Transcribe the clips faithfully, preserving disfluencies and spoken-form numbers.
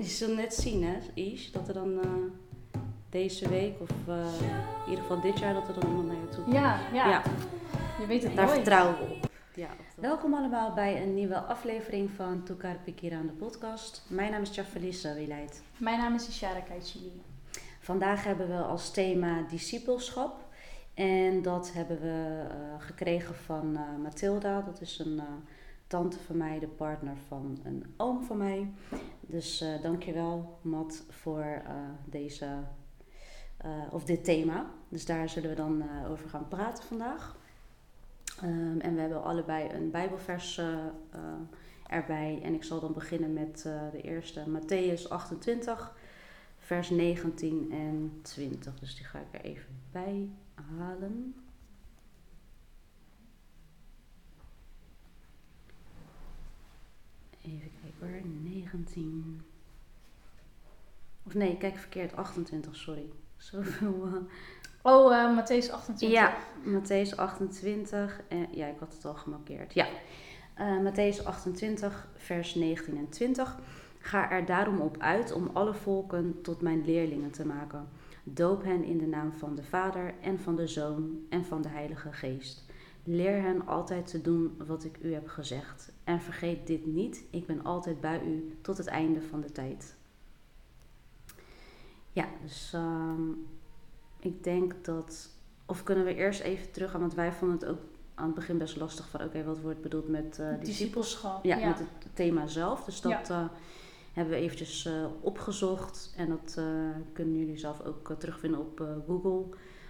zult net zien, hè, Ish, dat er dan uh, deze week of uh, in ieder geval dit jaar dat er dan iemand naar je toe komt. Ja, ja, ja. Je weet het Daar nooit. vertrouwen we op. Ja, op Welkom allemaal bij een nieuwe aflevering van Tukar Pikira aan de podcast. Mijn naam is Tjafelisa Wieleid. Mijn naam is Ishara Kaichili. Vandaag hebben we als thema discipelschap. En dat hebben we uh, gekregen van uh, Mathilda. Dat is een uh, tante van mij, de partner van een oom van mij. Dus uh, dankjewel, Mat, voor uh, deze, uh, of dit thema. Dus daar zullen we dan uh, over gaan praten vandaag. Um, en we hebben allebei een Bijbelvers uh, uh, erbij. En ik zal dan beginnen met uh, de eerste, Matthäus achtentwintig, vers negentien en twintig. Dus die ga ik er even bij halen. Even kijken hoor, negentien. Of nee, kijk verkeerd, achtentwintig, sorry. Zoveel... Uh... Oh, uh, Matthäus achtentwintig. Ja, Matthäus achtentwintig. En, ja, ik had het al gemarkeerd. Ja, uh, Matthäus achtentwintig, vers negentien en twintig. Ga er daarom op uit om alle volken tot mijn leerlingen te maken. Doop hen in de naam van de Vader en van de Zoon en van de Heilige Geest. Leer hen altijd te doen wat ik u heb gezegd. En vergeet dit niet, ik ben altijd bij u tot het einde van de tijd. Ja, dus um, ik denk dat... Of kunnen we eerst even teruggaan, want wij vonden het ook aan het begin best lastig van... Oké, okay, wat wordt bedoeld met uh, discipelschap? Ja, ja, met het thema zelf. Dus dat ja. uh, hebben we eventjes uh, opgezocht. En dat uh, kunnen jullie zelf ook uh, terugvinden op uh, Google.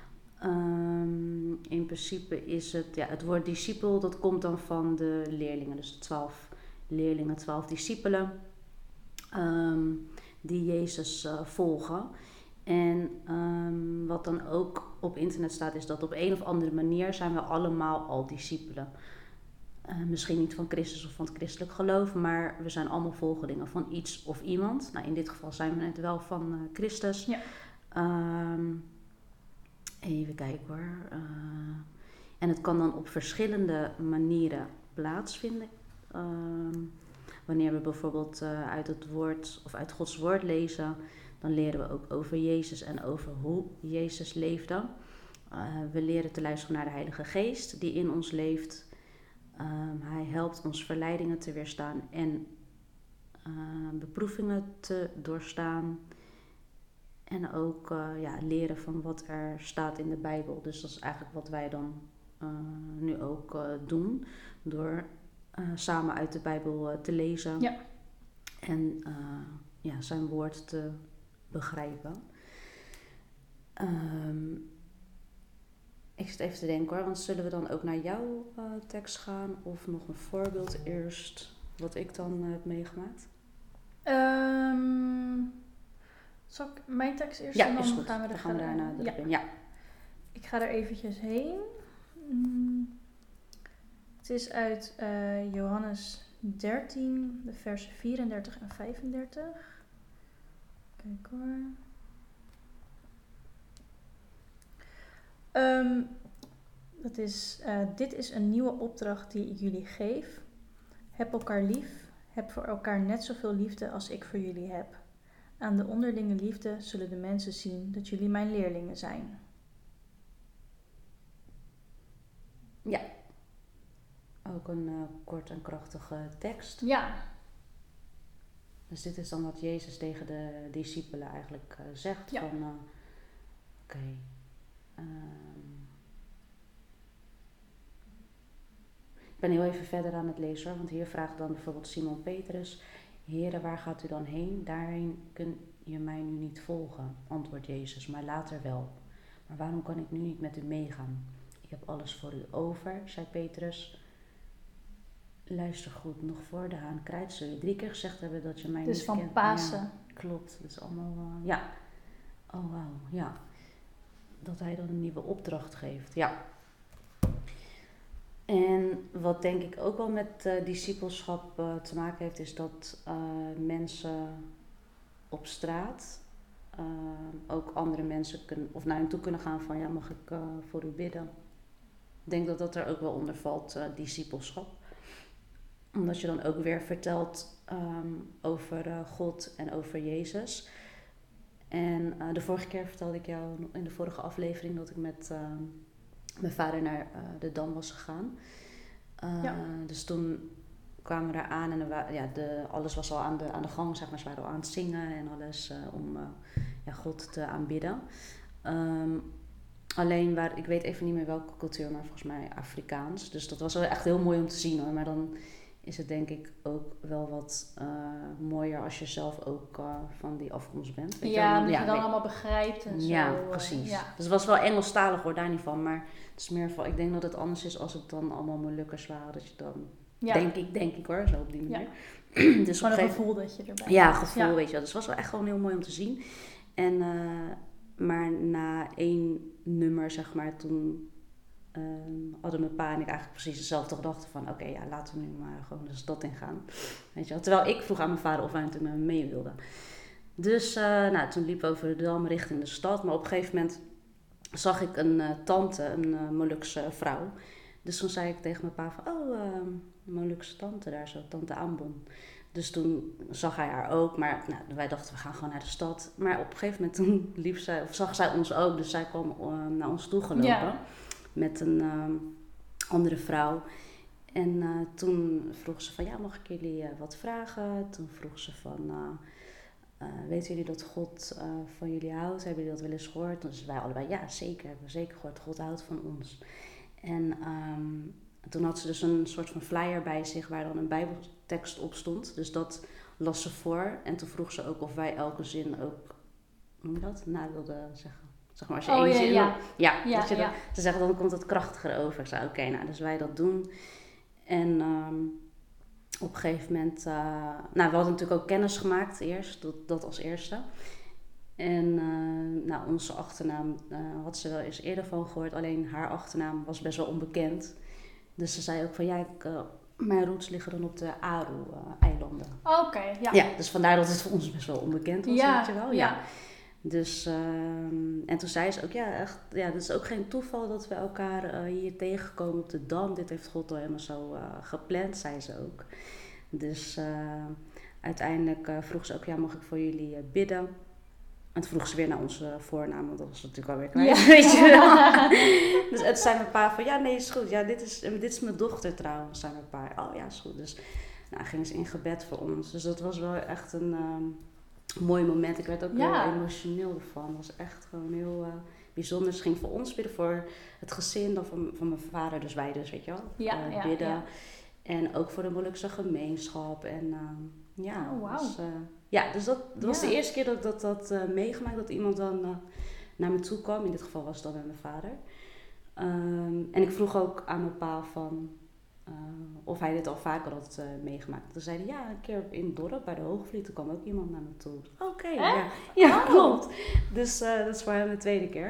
Um, in principe is het... Ja, het woord discipel, dat komt dan van de leerlingen. Dus de twaalf leerlingen, twaalf discipelen. Um, die Jezus uh, volgen. En um, wat dan ook op internet staat, is dat op een of andere manier zijn we allemaal al discipelen. Uh, misschien niet van Christus of van het christelijk geloof, maar we zijn allemaal volgelingen van iets of iemand. Nou, in dit geval zijn we het wel van uh, Christus. Ja. Um, even kijken hoor. Uh, en het kan dan op verschillende manieren plaatsvinden. Um, wanneer we bijvoorbeeld uh, uit het woord of uit Gods woord lezen, dan leren we ook over Jezus en over hoe Jezus leefde. Uh, we leren te luisteren naar de Heilige Geest die in ons leeft. Um, hij helpt ons verleidingen te weerstaan en uh, beproevingen te doorstaan. En ook uh, ja, leren van wat er staat in de Bijbel. Dus dat is eigenlijk wat wij dan uh, nu ook uh, doen. Door uh, samen uit de Bijbel uh, te lezen. Ja. En uh, ja, zijn woord te begrijpen. Um, ik zit even te denken hoor, want zullen we dan ook naar jouw uh, tekst gaan of nog een voorbeeld eerst wat ik dan uh, heb meegemaakt? Um, zal ik mijn tekst eerst ja, en dan is goed. gaan we er dan gaan we daarna ja. in. Ja. Ik ga er eventjes heen. Mm. Het is uit uh, Johannes dertien, de versen vierendertig en vijfendertig. Kijk hoor. Um, dat is, uh, dit is een nieuwe opdracht die ik jullie geef. Heb elkaar lief. Heb voor elkaar net zoveel liefde als ik voor jullie heb. Aan de onderlinge liefde zullen de mensen zien dat jullie mijn leerlingen zijn. Ja. Ook een uh, kort en krachtige tekst. Ja. Dus dit is dan wat Jezus tegen de discipelen eigenlijk uh, zegt. Ja. Van, uh, oké. Okay, um, ik ben heel even verder aan het lezen hoor. Want hier vraagt dan bijvoorbeeld Simon Petrus. Heere, waar gaat u dan heen? Daarheen kun je mij nu niet volgen, antwoordt Jezus. Maar later wel. Maar waarom kan ik nu niet met u meegaan? Ik heb alles voor u over, zei Petrus. Luister goed, nog voor de haan krijt zul je drie keer gezegd hebben dat je mij dus niet van kent. Pasen. Ja, klopt, dat is allemaal, uh, ja. Oh wauw, ja. Dat hij dan een nieuwe opdracht geeft, ja. En wat denk ik ook wel met uh, discipelschap uh, te maken heeft, is dat uh, mensen op straat uh, ook andere mensen kunnen, of naar hen toe kunnen gaan van, ja, mag ik uh, voor u bidden? Ik denk dat dat er ook wel onder valt, uh, discipelschap. Omdat je dan ook weer vertelt um, over uh, God en over Jezus. En uh, de vorige keer vertelde ik jou in de vorige aflevering dat ik met uh, mijn vader naar uh, de Dam was gegaan. Uh, ja. Dus toen kwamen we daar aan en er, ja, de, alles was al aan de, aan de gang, zeg maar. Ze waren al aan het zingen en alles uh, om uh, ja, God te aanbidden. Um, alleen, waar, ik weet even niet meer welke cultuur, maar volgens mij Afrikaans. Dus dat was wel echt heel mooi om te zien hoor. Maar dan is het denk ik ook wel wat uh, mooier als je zelf ook uh, van die afkomst bent. Weet ja, je dat ja, je dan weet, allemaal begrijpt en zo. Ja, precies. Uh, ja. Dus het was wel Engelstalig hoor, daar niet van. Maar het is meer van, ik denk dat het anders is als het dan allemaal Molukkers waren. Dat je dan, ja. denk ik, denk ik hoor, zo op die manier. Ja. Dus gewoon een gevoel dat je erbij Ja, gevoel ja. weet je wel. Dus het was wel echt gewoon heel mooi om te zien. En, uh, maar na één nummer, zeg maar, toen... Um, hadden mijn pa en ik eigenlijk precies dezelfde gedachte van... oké, okay, ja, laten we nu maar gewoon de stad ingaan. Weet je wel? Terwijl ik vroeg aan mijn vader of hij natuurlijk met me mee wilde. Dus uh, nou, toen liepen we over de Dam richting de stad. Maar op een gegeven moment zag ik een uh, tante, een uh, Molukse vrouw. Dus toen zei ik tegen mijn pa van... oh, uh, Molukse tante daar zo, tante Ambon. Dus toen zag hij haar ook. Maar nou, wij dachten, we gaan gewoon naar de stad. Maar op een gegeven moment toen liep zij, of zag zij ons ook. Dus zij kwam uh, naar ons toe gelopen. Ja. Met een uh, andere vrouw. En uh, toen vroeg ze van, ja, mag ik jullie uh, wat vragen? Toen vroeg ze van, uh, uh, weten jullie dat God uh, van jullie houdt? Hebben jullie dat wel eens gehoord? Dus wij allebei, ja, zeker. Hebben we zeker gehoord. God houdt van ons. En um, toen had ze dus een soort van flyer bij zich waar dan een bijbeltekst op stond. Dus dat las ze voor. En toen vroeg ze ook of wij elke zin ook, hoe noem je dat, na wilden zeggen. Zeg maar als je oh, één ja, zin ja. Ja, ja, dat je ja. dat, ze zeggen dan komt het krachtiger over. Ik zei oké, okay, nou dus wij dat doen. En um, op een gegeven moment, uh, nou we hadden natuurlijk ook kennis gemaakt eerst, dat, dat als eerste. En uh, nou onze achternaam uh, had ze wel eens eerder van gehoord, alleen haar achternaam was best wel onbekend. Dus ze zei ook van ja, ik, uh, mijn roots liggen dan op de Aru-eilanden. Uh, Oké, okay, ja. Ja, dus vandaar dat het voor ons best wel onbekend was, ja, weet je wel. Ja, ja. Dus, uh, en toen zei ze ook, ja, echt, ja, het is ook geen toeval dat we elkaar uh, hier tegenkomen op de Dam. Dit heeft God al helemaal zo uh, gepland, zei ze ook. Dus uh, uiteindelijk uh, vroeg ze ook, ja, mag ik voor jullie uh, bidden? En toen vroeg ze weer naar onze voornaam, want dat was natuurlijk alweer kwijt, ja. weet je wel. Dus toen zei mijn pa van, ja, nee, is goed. Ja, dit is, dit is mijn dochter trouwens, zei mijn pa. Oh ja, is goed. Dus nou, gingen ze in gebed voor ons. Dus dat was wel echt een... Um, mooi moment. Ik werd ook ja. heel emotioneel ervan. Het was echt gewoon heel uh, bijzonder. Ze ging voor ons bidden, voor het gezin, dan van, van mijn vader, dus wij dus, weet je wel. Ja, uh, ja, bidden. Ja. En ook voor de Molukse gemeenschap. En uh, ja, oh, wow. dus, uh, ja, dus dat, dat ja. was de eerste keer dat ik dat, dat uh, meegemaakt, dat iemand dan uh, naar me toe kwam. In dit geval was het dan met mijn vader. Um, en ik vroeg ook aan mijn pa van... Uh, of hij dit al vaker had uh, meegemaakt. Toen zei hij, ja, een keer in het dorp bij de Hoogvliet, toen kwam ook iemand naar me toe. Oké, okay, ja, ja oh. klopt. Dus uh, dat is voor hem de tweede keer.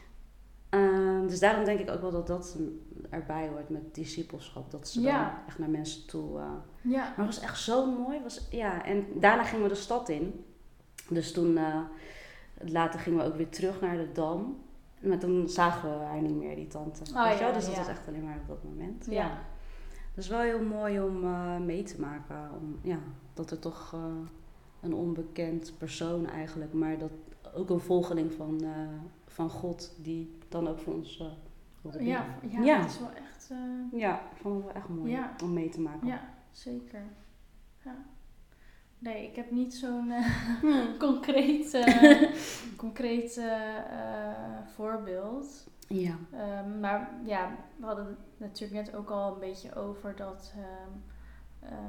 Uh, dus daarom denk ik ook wel dat dat erbij hoort met discipelschap. Dat ze ja. dan echt naar mensen toe... Uh, ja. Maar het was echt zo mooi. Was, ja, en daarna gingen we de stad in. Dus toen, uh, later gingen we ook weer terug naar de Dam. Maar toen zagen we haar niet meer, die tante. Oh, Weet je ja, dus dat ja. was echt alleen maar op dat moment. Ja. ja. Dat is wel heel mooi om uh, mee te maken. Om, ja, dat er toch uh, een onbekend persoon eigenlijk, maar dat ook een volgeling van, uh, van God, die dan ook voor ons uh, wilde ja, ja, ja, dat is wel echt... Uh... Ja, ik vond het wel echt mooi ja. om mee te maken. Ja, zeker. Ja. Nee, ik heb niet zo'n uh, hmm. concreet, uh, concreet uh, uh, voorbeeld. Ja. Um, maar ja, we hadden het natuurlijk net ook al een beetje over dat um, uh,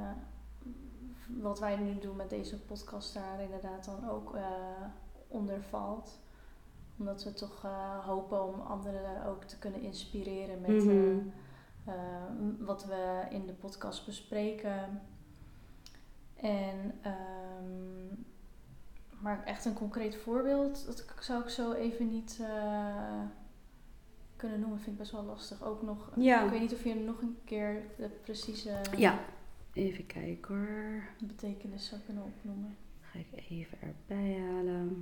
wat wij nu doen met deze podcast daar inderdaad dan ook uh, onder valt. Omdat we toch uh, hopen om anderen ook te kunnen inspireren met mm-hmm. uh, uh, wat we in de podcast bespreken. En um, maar echt een concreet voorbeeld, dat zou ik zo even niet... Uh, kunnen noemen, vind ik best wel lastig. Ook nog, ja. Ik weet niet of je nog een keer de precieze... Ja, even kijken hoor. Betekenis zou kunnen opnoemen. Ga ik even erbij halen.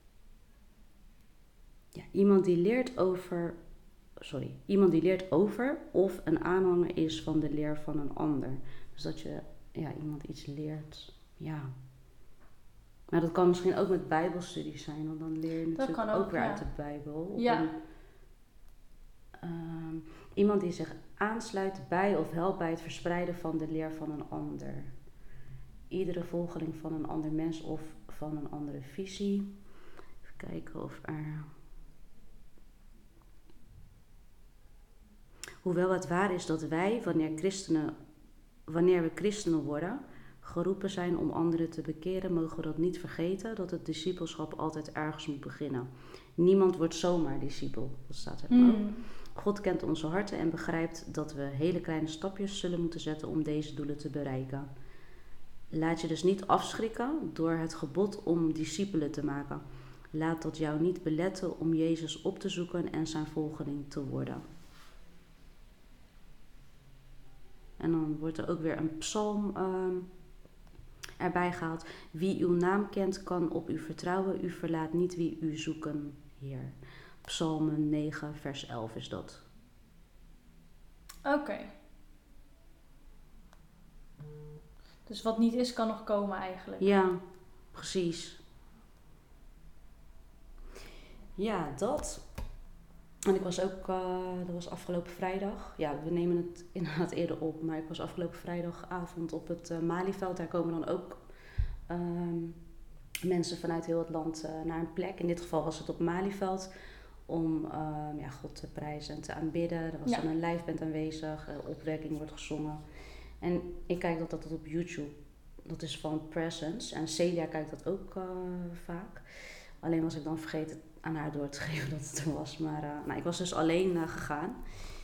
Ja, iemand die leert over... Sorry. Iemand die leert over of een aanhanger is van de leer van een ander. Dus dat je ja, iemand iets leert. Ja. Maar dat kan misschien ook met bijbelstudies zijn. Want dan leer je natuurlijk ook, ook weer ja. uit de Bijbel. Ja. Een, uh, iemand die zich aansluit bij of helpt bij het verspreiden van de leer van een ander. Iedere volgeling van een ander mens of van een andere visie. Even kijken of er... Hoewel het waar is dat wij, wanneer, christenen, wanneer we christenen worden, geroepen zijn om anderen te bekeren, mogen we dat niet vergeten, dat het discipelschap altijd ergens moet beginnen. Niemand wordt zomaar discipel, dat staat er mm. ook. God kent onze harten en begrijpt dat we hele kleine stapjes zullen moeten zetten om deze doelen te bereiken. Laat je dus niet afschrikken door het gebod om discipelen te maken. Laat dat jou niet beletten om Jezus op te zoeken en zijn volgeling te worden. En dan wordt er ook weer een psalm uh, erbij gehaald. Wie uw naam kent, kan op u vertrouwen. U verlaat niet wie u zoeken, Heer. Psalm negen, vers elf is dat. Oké. Okay. Dus wat niet is, kan nog komen eigenlijk. Ja, precies. Ja, dat... En ik was ook, uh, dat was afgelopen vrijdag. Ja, we nemen het inderdaad eerder op. Maar ik was afgelopen vrijdagavond op het uh, Malieveld. Daar komen dan ook uh, mensen vanuit heel het land uh, naar een plek. In dit geval was het op Malieveld. Om uh, ja, God te prijzen en te aanbidden. Er was ja. dan een liveband aanwezig. Uh, opwekking wordt gezongen. En ik kijk dat dat op YouTube. Dat is van Presence. En Celia kijkt dat ook uh, vaak. Alleen was ik dan vergeten aan haar door te geven dat het er was. Maar uh, nou, ik was dus alleen uh, gegaan.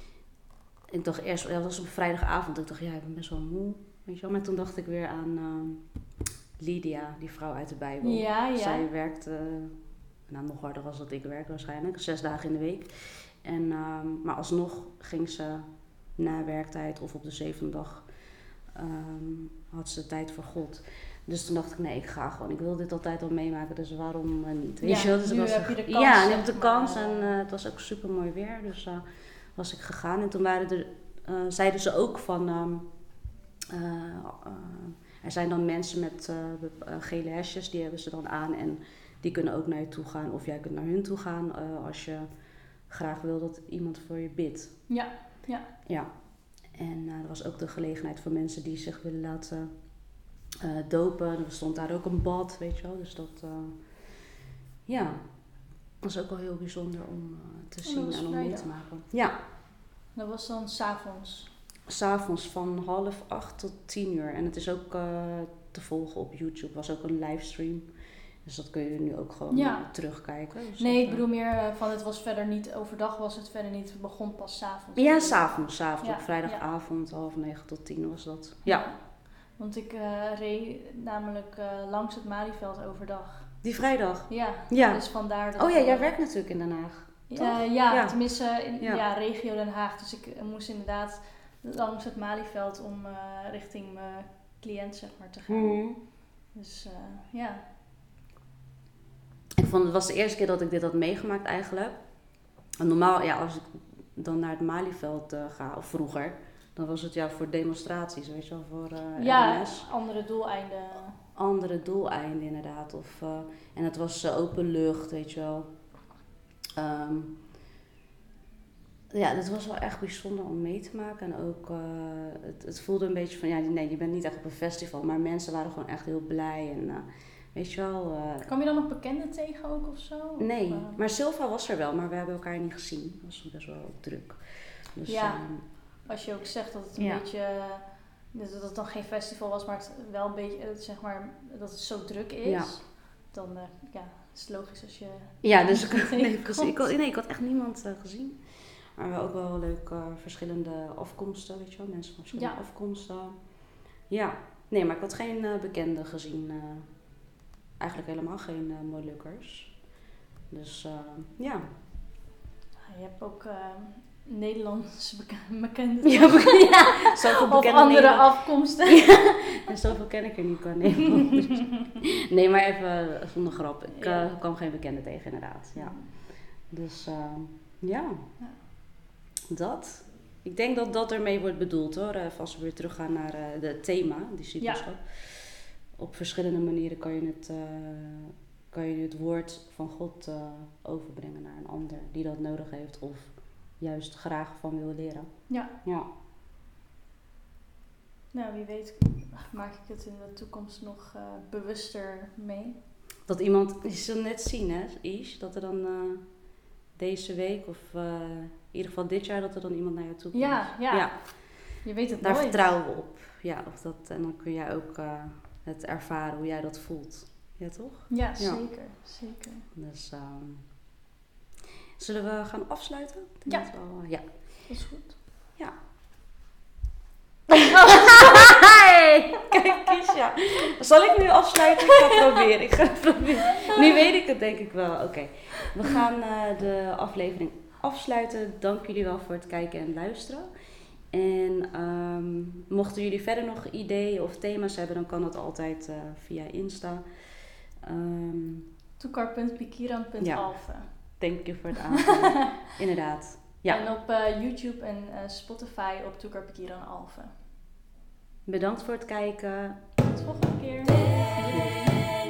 Ik dacht eerst, dat was op vrijdagavond. Ik dacht, ja, ik ben best wel moe. Weet je wel? Maar toen dacht ik weer aan uh, Lydia, die vrouw uit de Bijbel. Ja, ja. Zij werkte, uh, nou nog harder was dat ik werk waarschijnlijk. Zes dagen in de week. En, uh, maar alsnog ging ze na werktijd of op de zevende dag... Um, had ze tijd voor God. Dus toen dacht ik, nee, ik ga gewoon. Ik wil dit altijd al meemaken, dus waarom uh, niet? Weet ja, je? Dus nu was heb je de kans. Ja, nu heb ik de kans. En uh, het was ook super mooi weer. Dus uh, was ik gegaan. En toen waren er, uh, zeiden ze ook van... Um, uh, uh, er zijn dan mensen met uh, uh, gele hesjes, die hebben ze dan aan. En die kunnen ook naar je toe gaan. Of jij kunt naar hun toe gaan uh, als je graag wil dat iemand voor je bidt. Ja, ja. Ja. En uh, er was ook de gelegenheid voor mensen die zich willen laten uh, dopen. Er stond daar ook een bad, weet je wel. Dus dat, uh, ja, was ook wel heel bijzonder om uh, te zien en om mee te maken. Ja. Dat was dan 's avonds? 's Avonds van half acht tot tien uur. En het is ook uh, te volgen op YouTube. Was ook een livestream. Dus dat kun je nu ook gewoon ja. uh, terugkijken. Dus nee, dat, ik bedoel meer uh, van het was verder niet, overdag was het verder niet, het begon pas 's avonds. Ja, 's avonds, 's avonds. Ja, op vrijdagavond, ja. half negen tot tien was dat. Ja. ja. Want ik uh, reed namelijk uh, langs het Malieveld overdag. Die vrijdag? Ja, ja. Dus vandaar dat... Oh ja, jij werkt natuurlijk in Den Haag, uh, ja, ja, tenminste in ja. ja, regio Den Haag. Dus ik uh, moest inderdaad langs het Malieveld om uh, richting mijn cliënt zeg maar te gaan. Mm. Dus uh, ja... Ik vond, het was de eerste keer dat ik dit had meegemaakt eigenlijk. En normaal, ja, als ik dan naar het Malieveld uh, ga, of vroeger, dan was het ja voor demonstraties, weet je wel, voor uh, ja, R M S. andere doeleinden. Andere doeleinden inderdaad. Of, uh, en het was uh, open lucht, weet je wel. Um, ja, dat was wel echt bijzonder om mee te maken. En ook, uh, het, het voelde een beetje van, ja, nee, je bent niet echt op een festival, maar mensen waren gewoon echt heel blij en... Uh, Weet je wel... Uh, Kwam je dan nog bekenden tegen ook of zo? Of, nee, uh... maar Silva was er wel, maar we hebben elkaar niet gezien. Dat was best wel druk. Dus, ja, um, als je ook zegt dat het een ja. beetje... Dat het dan geen festival was, maar het wel een beetje... Zeg maar, dat het zo druk is. Ja. Dan uh, ja, is het logisch als je... Ja, dus ik, nee, precies, ik, had, nee, ik had echt niemand uh, gezien. Maar we hebben ook wel leuk uh, verschillende afkomsten, weet je wel. Mensen van verschillende ja. afkomsten. Ja, nee, maar ik had geen uh, bekenden gezien... Uh, Eigenlijk helemaal geen uh, Molukkers. Dus uh, ja. Je hebt ook uh, Nederlandse beka- bekenden. Ja, be- ja, zoveel of andere Nederland- afkomsten. Ja, en zoveel ken ik er niet qua Nederlanders. Nee, maar even zonder grap. Ik uh, ja. kwam geen bekenden tegen inderdaad. Ja. Dus uh, ja. ja, dat. Ik denk dat dat ermee wordt bedoeld hoor. Uh, als we weer teruggaan naar uh, het thema, discipelschap. Ja. Op verschillende manieren kan je het, uh, kan je het woord van God uh, overbrengen naar een ander die dat nodig heeft of juist graag van wil leren. Ja. Ja. Nou, wie weet maak ik het in de toekomst nog uh, bewuster mee. Dat iemand, je zult net zien hè, Ish, dat er dan uh, deze week of uh, in ieder geval dit jaar dat er dan iemand naar je toe komt. Ja, ja. ja. Je weet het Daar nooit. vertrouwen we op. Ja, of dat, en dan kun jij ook uh, het ervaren hoe jij dat voelt. Ja, toch? Ja, ja. zeker. zeker. Dus, um, zullen we gaan afsluiten? Ja. Dat, wel, ja. Dat is goed. Ja. Hey, kijk, Kisha. Zal ik nu afsluiten? Ik ga het proberen. Ik ga het proberen. Nu weet ik het denk ik wel. Oké. Okay. We gaan uh, de aflevering afsluiten. Dank jullie wel voor het kijken en luisteren. En um, mochten jullie verder nog ideeën of thema's hebben, dan kan dat altijd uh, via Insta. Um, toekar punt pikiran punt alphen. Ja, dank je voor het aanvullen. Inderdaad. Ja. En op uh, YouTube en uh, Spotify op Toekar Pikiran Alphen. Bedankt voor het kijken. Tot de volgende keer. Doei.